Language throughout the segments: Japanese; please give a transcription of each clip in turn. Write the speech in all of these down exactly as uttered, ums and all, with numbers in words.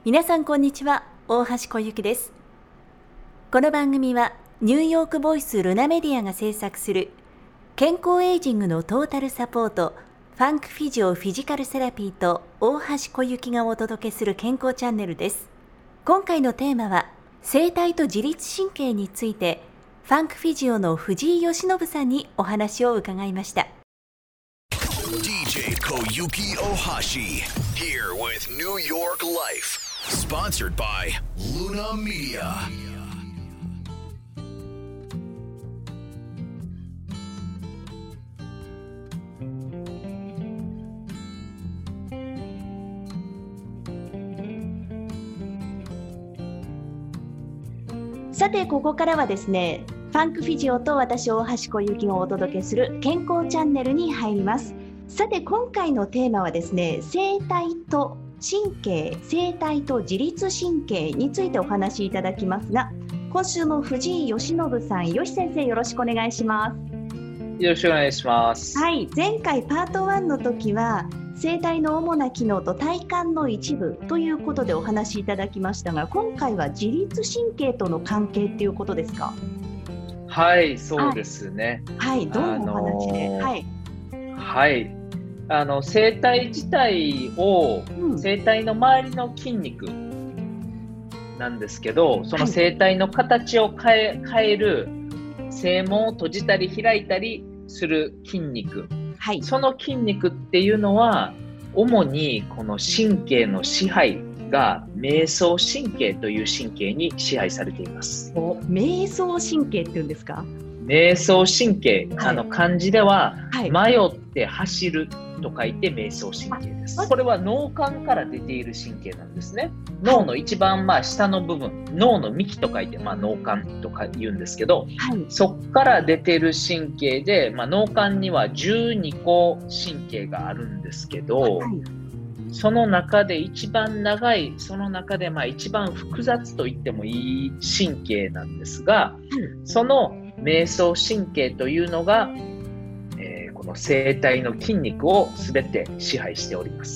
皆さんこんにちは、大橋小雪です。この番組はニューヨークボイスルナメディアが制作する健康エイジングのトータルサポートファンクフィジオフィジカルセラピーと大橋小雪がお届けする健康チャンネルです。今回のテーマは声帯と自律神経についてファンクフィジオの藤井義信さんにお話を伺いました。 ディージェー Koyuki Ohashi here with New York Life sponsored by Luna Media。 さてここからはですね、ファンクフィジオと私大橋小雪がお届けする健康チャンネルに入ります。さて今回のテーマはですね、声帯と神経、声帯と自律神経についてお話しいただきますが、今週も藤井義信さん、吉先生よろしくお願いします。 よろしくお願いします。 はい、前回パートワンの時は声帯の主な機能と体幹の一部ということでお話しいただきましたが、今回は自律神経との関係っていうことですか？ はい、そうですね。 はい、はい、どんなお話で、 あのー、 はい、 はい、あの声帯自体を、うん、声帯の周りの筋肉なんですけど、その声帯の形を変え、変える声門を閉じたり開いたりする筋肉、はい、その筋肉っていうのは主にこの神経の支配が迷走神経という神経に支配されています。 迷走神経っていうんですか？ 迷走神経、はい、あの漢字では、はい、迷って走ると書いて迷走神経です。これは脳幹から出ている神経なんですね。脳の一番まあ下の部分、脳の幹と書いて、まあ、脳幹とか言うんですけど、はい、そこから出ている神経で、まあ、脳幹にはじゅうにこ神経があるんですけど、はい、その中で一番長い、その中でまあ一番複雑と言ってもいい神経なんですが、はい、その迷走神経というのが、えー、この声帯の筋肉をすべて支配しております。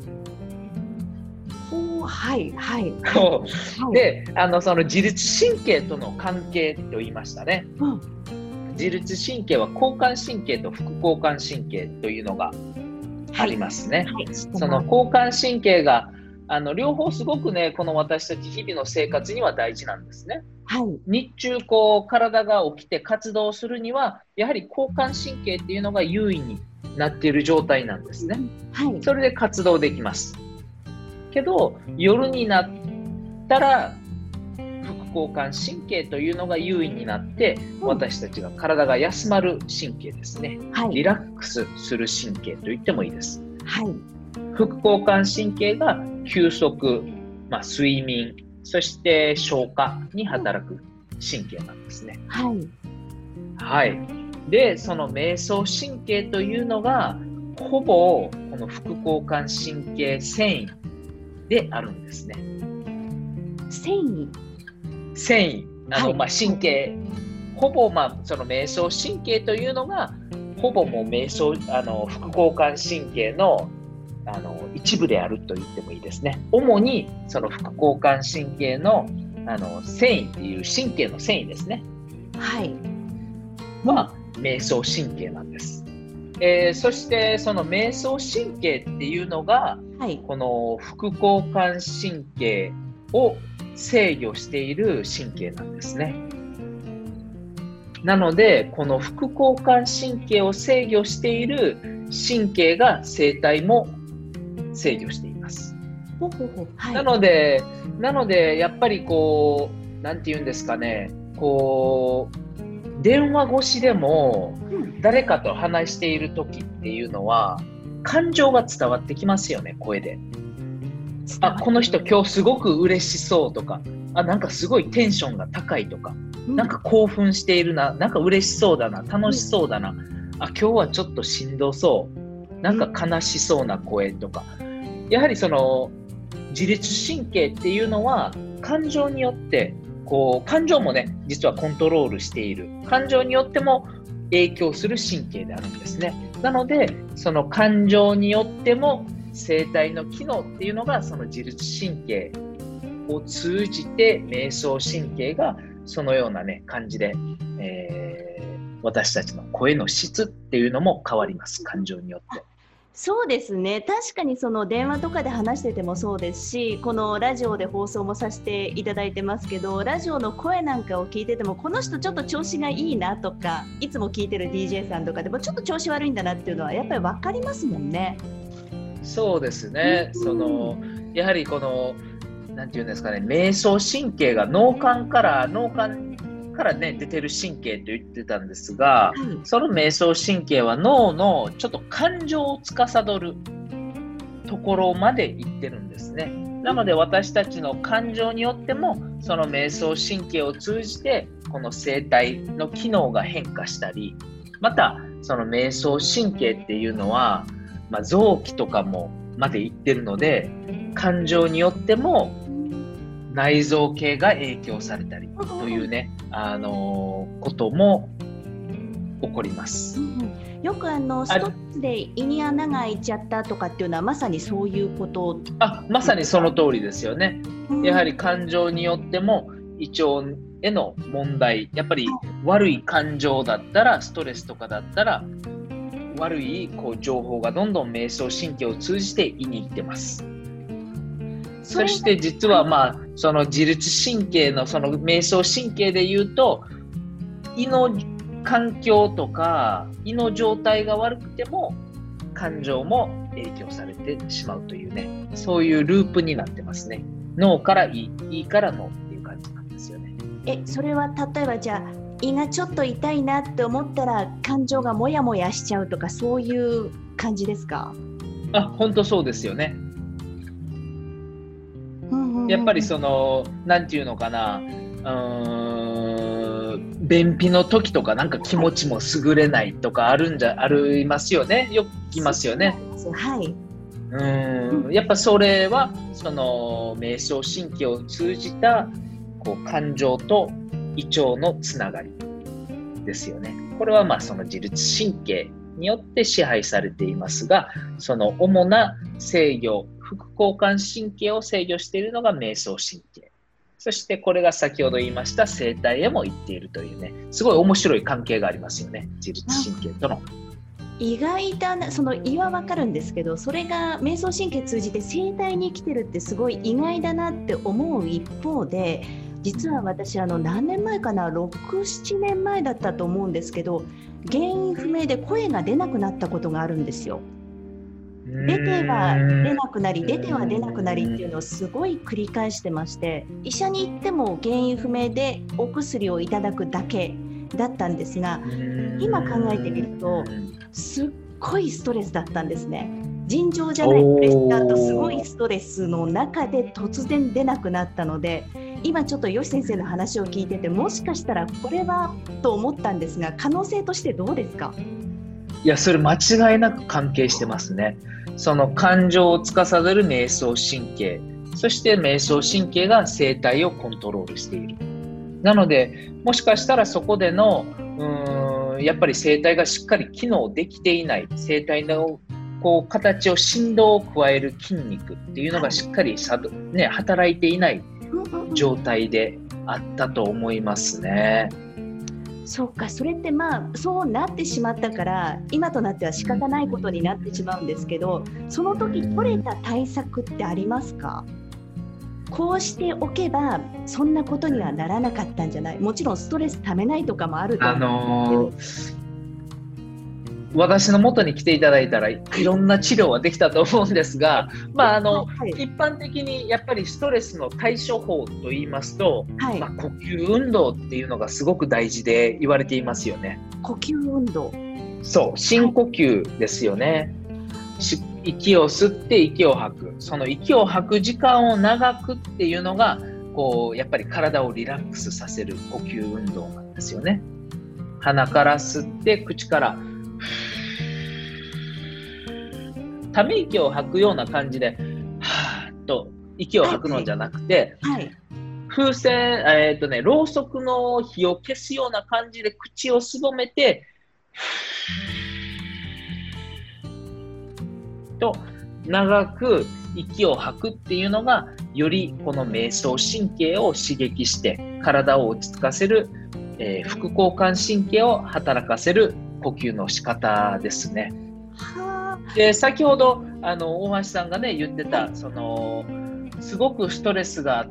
はいはいはい、で、あのその自律神経との関係と言いましたね、うん、自律神経は交感神経と副交感神経というのがありますね、はいはい、その交感神経があの両方すごくね、この私たち日々の生活には大事なんですね、はい、日中こう体が起きて活動するにはやはり交感神経っていうのが優位になっている状態なんですね、はい、それで活動できますけど、夜になったら副交感神経というのが優位になって、うん、私たちが体が休まる神経ですね、はい、リラックスする神経と言ってもいいです、はい、副交感神経が休息、まあ、睡眠、そして消化に働く神経なんですね、はい、はい、でその迷走神経というのがほぼこの副交感神経線維であるんですね。 繊維繊維あの、はい、まあ、神経ほぼ、まあ、その迷走神経というのがほぼもう迷走あの副交感神経の、あの一部であると言ってもいいですね。主にその副交感神経の、あの繊維っていう神経の繊維ですね、はいは迷走神経なんです。えー、そしてその迷走神経っていうのが、はい、この副交感神経を制御している神経なんですね。なのでこの副交感神経を制御している神経が声帯も制御しています。ほほほ、はい、なのでなのでやっぱりこうなんて言うんですかね、こう電話越しでも誰かと話している時っていうのは感情が伝わってきますよね、声で。あ、この人今日すごく嬉しそうとか、あ、なんかすごいテンションが高いとか、うん、なんか興奮しているな、なんか嬉しそうだな、楽しそうだな、うん、あ、今日はちょっとしんどそう、なんか悲しそうな声とか、やはりその自律神経っていうのは感情によってこう感情もね、実はコントロールしている、感情によっても影響する神経であるんですね。なのでその感情によっても声帯の機能っていうのがその自律神経を通じて迷走神経がそのようなね感じで、えー、私たちの声の質っていうのも変わります、感情によって。 そうですね、確かにその電話とかで話しててもそうですし、このラジオで放送もさせていただいてますけど、ラジオの声なんかを聞いててもこの人ちょっと調子がいいなとか、いつも聞いてる ディージェー さんとかでもちょっと調子悪いんだなっていうのはやっぱり分かりますもんね。 そうですね、そのやはりこのなんていうんですかね、迷走神経が脳幹から脳幹からね出てる神経と言ってたんですが、うん、その迷走神経は脳のちょっと感情を司るところまで行ってるんですね。なので私たちの感情によってもその迷走神経を通じてこの声帯の機能が変化したり、またその迷走神経っていうのは、まあ、臓器とかもまで行ってるので、感情によっても内臓系が影響されたりというね、あのー、ことも起こります。 うんうん、よくあのストレスで胃に穴が開いちゃったとかっていうのはまさにそういうこと。 あ、まさにその通りですよね。うん、やはり感情によっても胃腸への問題、やっぱり悪い感情だったら、ストレスとかだったら悪いこう情報がどんどん迷走神経を通じて胃に行ってます。そして実はまあその自律神経のその迷走神経でいうと、胃の環境とか胃の状態が悪くても感情も影響されてしまうというね、そういうループになってますね。脳から胃、胃から脳っていう感じなんですよね。 え、それは例えばじゃあ胃がちょっと痛いなって思ったら感情がモヤモヤしちゃうとか、そういう感じですか？ あ、本当そうですよね。やっぱりそのなんていうのかな、うーん、便秘の時とかなんか気持ちも優れないとかあるんじゃありますよね。よく聞きますよね。 はい。 うーん、やっぱそれはその迷走神経を通じたこう感情と胃腸のつながりですよね。これはまあその自律神経によって支配されていますが、その主な制御、副交感神経を制御しているのが迷走神経。そしてこれが先ほど言いました声帯へも行っているというね、すごい面白い関係がありますよね、自律神経との。 意外だな、その胃は分かるんですけど、それが迷走神経通じて声帯に来てるってすごい意外だなって思う一方で、実は私あの何年前かな、ろく、ななねんまえだったと思うんですけど、原因不明で声が出なくなったことがあるんですよ。出ては出なくなり出ては出なくなりっていうのをすごい繰り返してまして、医者に行っても原因不明でお薬をいただくだけだったんですが、今考えてみるとすっごいストレスだったんですね。尋常じゃないプレッシャーとすごいストレスの中で突然出なくなったので、今ちょっと吉先生の話を聞いてて、もしかしたらこれはと思ったんですが、可能性としてどうですか？ いや、それ間違いなく関係してますね。その感情を司る迷走神経、そして迷走神経が声帯をコントロールしている。なのでもしかしたらそこでのうーんやっぱり声帯がしっかり機能できていない、声帯のこう形を振動を加える筋肉っていうのがしっかりさ、ね、働いていない状態であったと思いますね。 そうか、それってまあそうなってしまったから今となっては仕方ないことになってしまうんですけど、その時取れた対策ってありますか？こうしておけばそんなことにはならなかったんじゃない？もちろんストレスためないとかもあると思うんですけど、あのー私の元に来ていただいたらいろんな治療はできたと思うんですが、まああのはい、一般的にやっぱりストレスの対処法といいますと、はい、まあ、呼吸運動っていうのがすごく大事で言われていますよね。 呼吸運動、 そう、深呼吸ですよね。し息を吸って息を吐く、その息を吐く時間を長くっていうのがこうやっぱり体をリラックスさせる呼吸運動なんですよね。鼻から吸って口からため息を吐くような感じではーっと息を吐くのじゃなくて、はいはい、風船、えーっとね、ろうそくの火を消すような感じで口をすぼめてと長く息を吐くっていうのが、よりこの迷走神経を刺激して体を落ち着かせる、えー、副交感神経を働かせる呼吸の仕方ですね。 はで、先ほどあの大橋さんがね言ってた、そのすごくストレスがあって、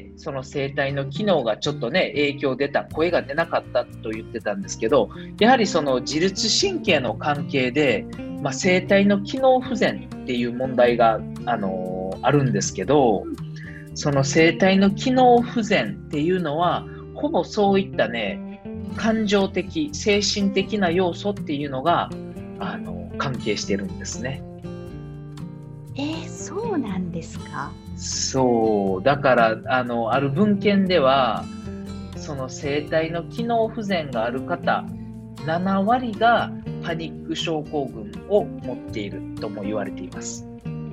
その声帯の機能がちょっとね影響出た、声が出なかったと言ってたんですけど、やはりその自律神経の関係で、まあ、声帯の機能不全っていう問題が、あのー、あるんですけど、その声帯の機能不全っていうのはほぼそういったね感情的精神的な要素っていうのが、あのー、関係してるんですね。 えー、そうなんですか。 そうだから、あのある文献では、その声帯の機能不全がある方ななわりがパニック症候群を持っているとも言われています。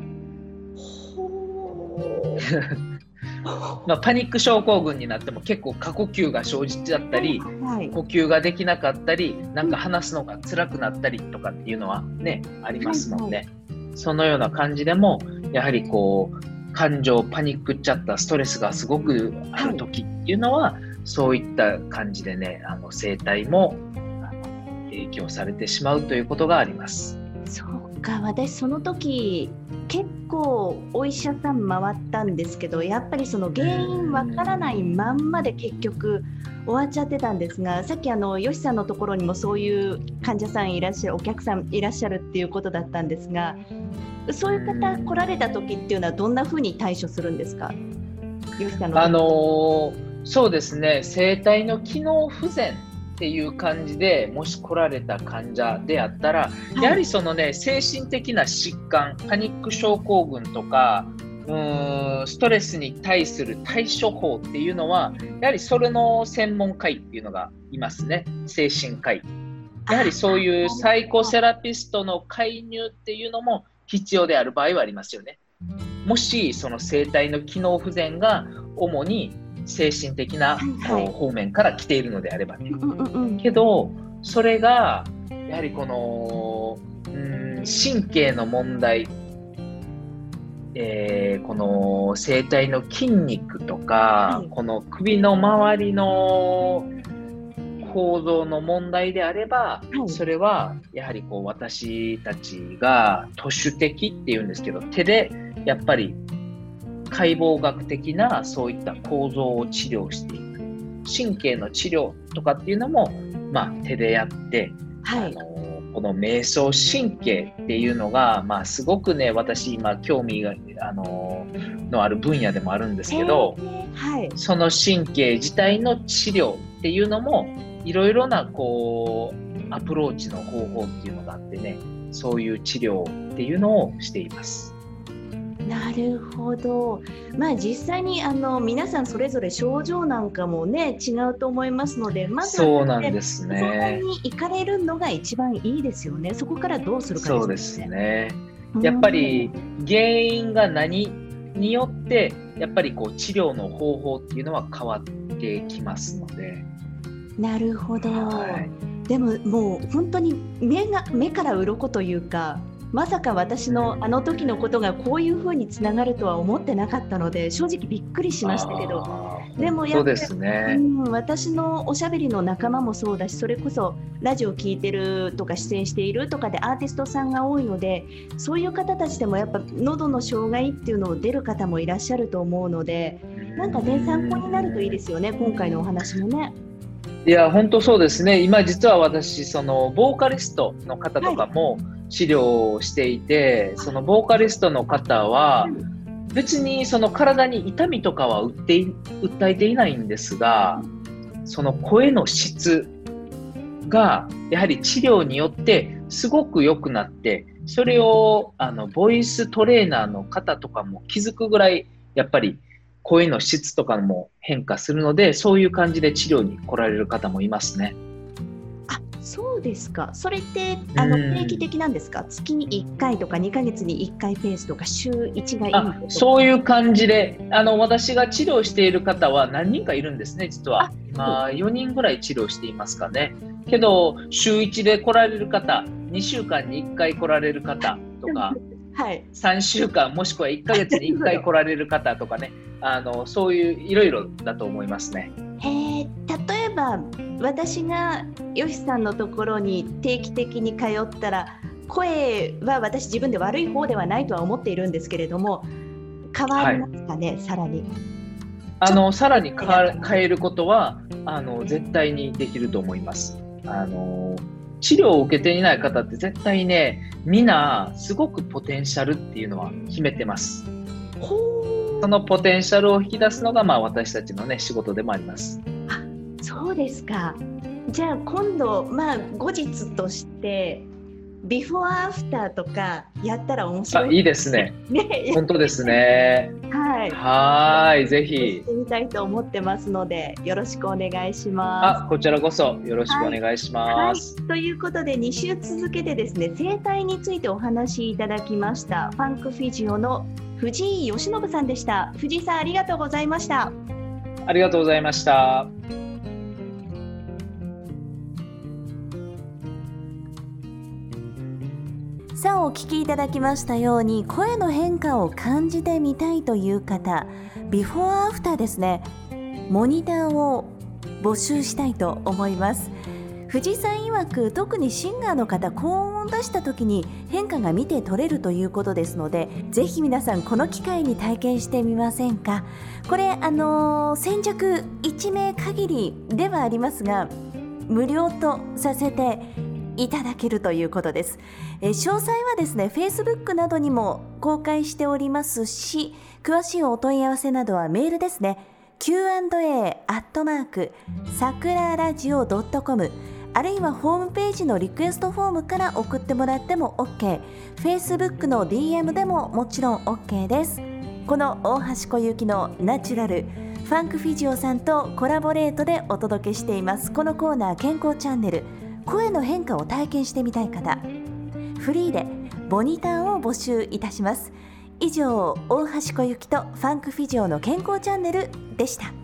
ほまあ、パニック症候群になっても結構過呼吸が生じちゃったり、 はい、 呼吸ができなかったり、なんか話すのが辛くなったりとかっていうのはね、ありますので、はいはい、そのような感じでもやはりこう感情パニックっちゃったストレスがすごくある時っていうのは、はい、そういった感じでね、あの声帯もあの影響されてしまうということがあります。 そうか、私その時結構お医者さん回ったんですけど、やっぱりその原因わからないまんまで結局終わっちゃってたんですが、さっきあの吉さんのところにもそういう患者さんいらっしゃる、お客さんいらっしゃるっていうことだったんですが、そういう方来られた時っていうのはどんなふうに対処するんですか？吉さんのあのー、そうですね、声帯の機能不全っていう感じでもし来られた患者であったら、はい、やはりそのね精神的な疾患、パニック症候群とかうーんストレスに対する対処法っていうのは、やはりそれの専門家っていうのがいますね。精神科医、やはりそういうサイコセラピストの介入っていうのも必要である場合はありますよね。もしその声帯の機能不全が主に精神的な方面から来ているのであればね、けどそれがやはりこのうん神経の問題、えー、この声帯の筋肉とか、はい、この首の周りの構造の問題であれば、はい、それはやはりこう私たちが都市的っていうんですけど、手でやっぱり解剖学的なそういった構造を治療していく、神経の治療とかっていうのも、まあ、手でやって、はい、あのこの迷走神経っていうのが、まあ、すごくね私今興味があののある分野でもあるんですけど、はい、その神経自体の治療っていうのもいろいろなこうアプローチの方法っていうのがあってね、そういう治療っていうのをしています。 なるほど。まあ実際にあの皆さんそれぞれ症状なんかもね違うと思いますので、まずは、ね、 そうなんですね。 相談に行かれるのが一番いいですよね。そこからどうするかですね。 そうですね。やっぱり原因が何によってやっぱりこう治療の方法っていうのは変わってきますので。 なるほど。 はい、 でももう本当に目が目から鱗というか。まさか私のあの時のことがこういうふうにつながるとは思ってなかったので、正直びっくりしましたけど、でもやっぱり、 そうですね、 うん、私のおしゃべりの仲間もそうだし、それこそラジオ聞いてるとか出演しているとかでアーティストさんが多いので、そういう方たちでもやっぱ喉の障害っていうのを出る方もいらっしゃると思うので、なんかね参考になるといいですよね、今回のお話もね。 いや本当そうですね。今実は私そのボーカリストの方とかも治療をしていて、はい、そのボーカリストの方は別にその体に痛みとかは訴え、訴えていないんですが、その声の質がやはり治療によってすごく良くなって、それをあのボイストレーナーの方とかも気づくぐらいやっぱり声の質とかも変化するので、そういう感じで治療に来られる方もいますね。 あ、そうですか。それってあの定期的なんですか？月にいっかいとかにかげつにいっかいペースとか週いちがいいとか？ そういう感じで、あの私が治療している方は何人かいるんですね、実は。今よにんぐらい治療していますかね。けど週いちで来られる方、にしゅうかんにいっかい来られる方とかはい、さんしゅうかんもしくはいっかげつにいっかい来られる方とかねあのそういういろいろだと思いますね。 へー、例えば私がよしさんのところに定期的に通ったら声は私自分で悪い方ではないとは思っているんですけれども変わりますかね、はい、さらにあのさらに変わ変えることはあの絶対にできると思います。あの治療を受けていない方って絶対ねみんなすごくポテンシャルっていうのは秘めてます。そのポテンシャルを引き出すのが、まあ、私たちの、ね、仕事でもあります。 あ、そうですか。じゃあ今度、まあ、後日としてビフォーアフターとかやったら面白い。 あ、いいですね。ね、本当ですね。 はい。 はい、ぜひ。 してみたいと思ってますので、よろしくお願いします。 あ、こちらこそよろしくお願いします。 はいはい、ということでに週続けてですね、声帯についてお話しいただきましたファンクフィジオの藤井義信さんでした。藤井さん、ありがとうございました。 ありがとうございました。 さあ、お聞きいただきましたように声の変化を感じてみたいという方、ビフォーアフターですね、モニターを募集したいと思います。藤井さん曰く特にシンガーの方、高音を出した時に変化が見て取れるということですので、ぜひ皆さんこの機会に体験してみませんか。これあのー、先着いち名限りではありますが無料とさせていただけるということです。えー、詳細はですね Facebook などにも公開しておりますし、詳しいお問い合わせなどはメールですね キューアンドエー アットマーク さくらラジオ ドットコム あるいはホームページのリクエストフォームから送ってもらっても OK、 Facebook の ディーエム でももちろん OK です。この大橋小雪のナチュラルファンクフィジオさんとコラボレートでお届けしています。このコーナー健康チャンネル、声の変化を体験してみたい方、フリーでモニターを募集いたします。以上、大橋小雪とファンクフィジオの健康チャンネルでした。